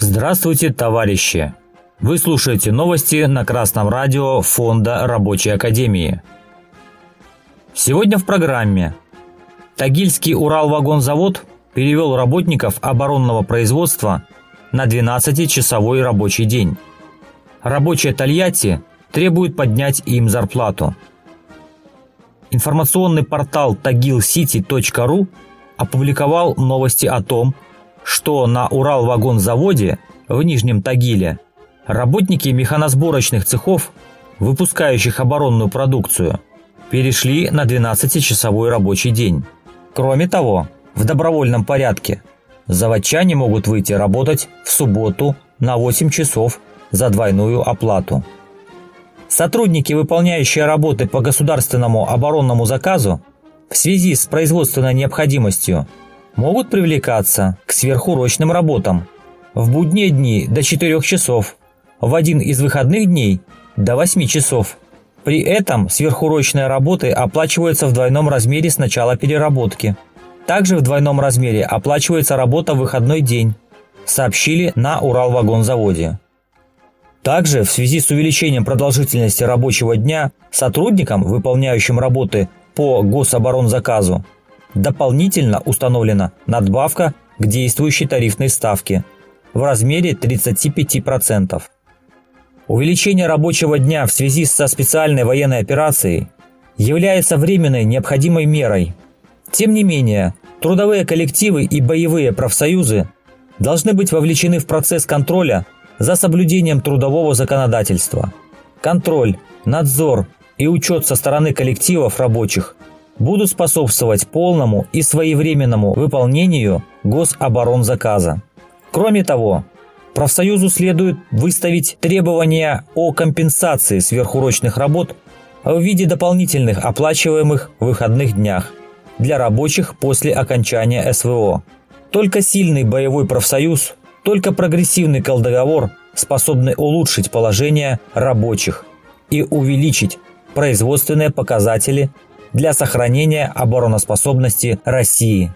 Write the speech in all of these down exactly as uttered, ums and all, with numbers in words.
Здравствуйте, товарищи! Вы слушаете новости на Красном радио Фонда Рабочей Академии. Сегодня в программе. Тагильский Уралвагонзавод перевел работников оборонного производства на двенадцатичасовой рабочий день. Рабочие Тольятти требуют поднять им зарплату. Информационный портал тагил сити точка ру опубликовал новости о том, что на Уралвагонзаводе в Нижнем Тагиле работники механосборочных цехов, выпускающих оборонную продукцию, перешли на двенадцатичасовой рабочий день. Кроме того, в добровольном порядке заводчане могут выйти работать в субботу на восемь часов за двойную оплату. Сотрудники, выполняющие работы по государственному оборонному заказу, в связи с производственной необходимостью могут привлекаться к сверхурочным работам в будние дни до четырёх часов, в один из выходных дней до восьми часов. При этом сверхурочные работы оплачиваются в двойном размере с начала переработки. Также в двойном размере оплачивается работа в выходной день, сообщили на Уралвагонзаводе. Также в связи с увеличением продолжительности рабочего дня сотрудникам, выполняющим работы по гособоронзаказу, дополнительно установлена надбавка к действующей тарифной ставке в размере тридцати пяти процентов. Увеличение рабочего дня в связи со специальной военной операцией является временной необходимой мерой. Тем не менее, трудовые коллективы и боевые профсоюзы должны быть вовлечены в процесс контроля за соблюдением трудового законодательства. Контроль, надзор и учет со стороны коллективов рабочих будут способствовать полному и своевременному выполнению гособоронзаказа. Кроме того, профсоюзу следует выставить требования о компенсации сверхурочных работ в виде дополнительных оплачиваемых выходных днях для рабочих после окончания эс вэ о. Только сильный боевой профсоюз, только прогрессивный колдоговор способны улучшить положение рабочих и увеличить производственные показатели для сохранения обороноспособности России.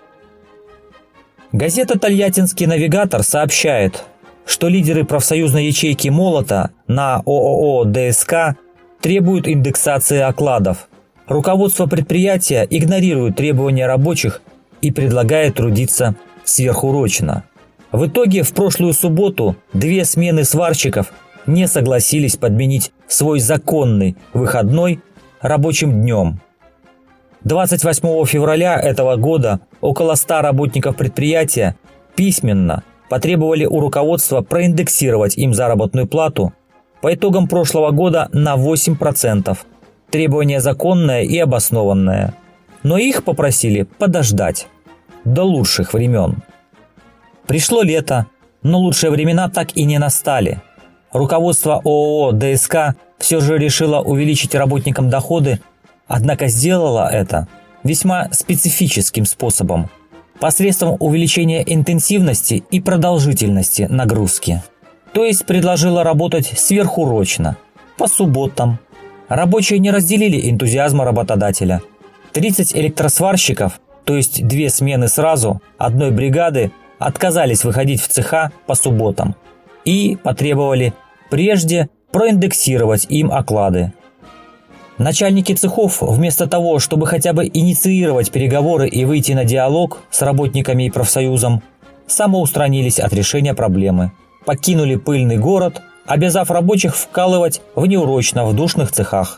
Газета «Тольяттинский навигатор» сообщает, что лидеры профсоюзной ячейки «Молота» на о о о дэ эс ка требуют индексации окладов. Руководство предприятия игнорирует требования рабочих и предлагает трудиться сверхурочно. В итоге в прошлую субботу две смены сварщиков не согласились подменить свой законный выходной рабочим днем. двадцать восьмого февраля этого года около ста работников предприятия письменно потребовали у руководства проиндексировать им заработную плату по итогам прошлого года на восемь процентов. Требование законное и обоснованное. Но их попросили подождать до лучших времен. Пришло лето, но лучшие времена так и не настали. Руководство о о о дэ эс ка все же решило увеличить работникам доходы, однако сделала это весьма специфическим способом, посредством увеличения интенсивности и продолжительности нагрузки. То есть предложила работать сверхурочно, по субботам. Рабочие не разделили энтузиазма работодателя. тридцать электросварщиков, то есть две смены сразу, одной бригады, отказались выходить в цеха по субботам и потребовали прежде проиндексировать им оклады. Начальники цехов, вместо того, чтобы хотя бы инициировать переговоры и выйти на диалог с работниками и профсоюзом, самоустранились от решения проблемы, покинули пыльный город, обязав рабочих вкалывать внеурочно в душных цехах.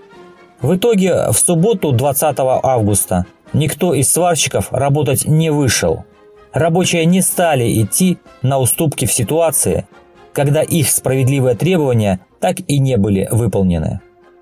В итоге в субботу двадцатого августа никто из сварщиков работать не вышел. Рабочие не стали идти на уступки в ситуации, когда их справедливые требования так и не были выполнены.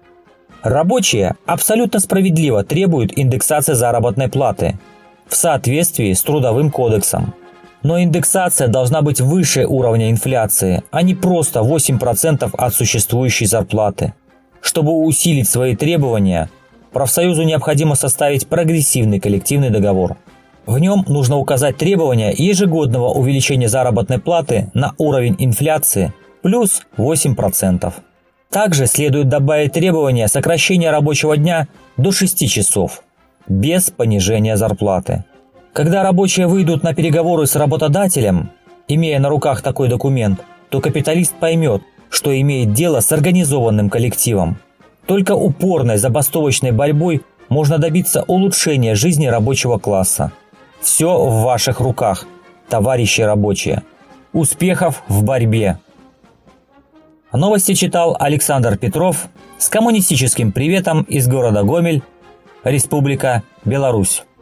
Рабочие абсолютно справедливо требуют индексации заработной платы в соответствии с Трудовым кодексом. Но индексация должна быть выше уровня инфляции, а не просто восемь процентов от существующей зарплаты. Чтобы усилить свои требования, профсоюзу необходимо составить прогрессивный коллективный договор. В нем нужно указать требования ежегодного увеличения заработной платы на уровень инфляции плюс восемь процентов. Также следует добавить требования сокращения рабочего дня до шести часов, без понижения зарплаты. Когда рабочие выйдут на переговоры с работодателем, Имея на руках такой документ, то капиталист поймет, что имеет дело с организованным коллективом. Только упорной забастовочной борьбой можно добиться улучшения жизни рабочего класса. Все в ваших руках, товарищи рабочие. Успехов в борьбе! Новости читал Александр Петров с коммунистическим приветом из города Гомель, Республика Беларусь.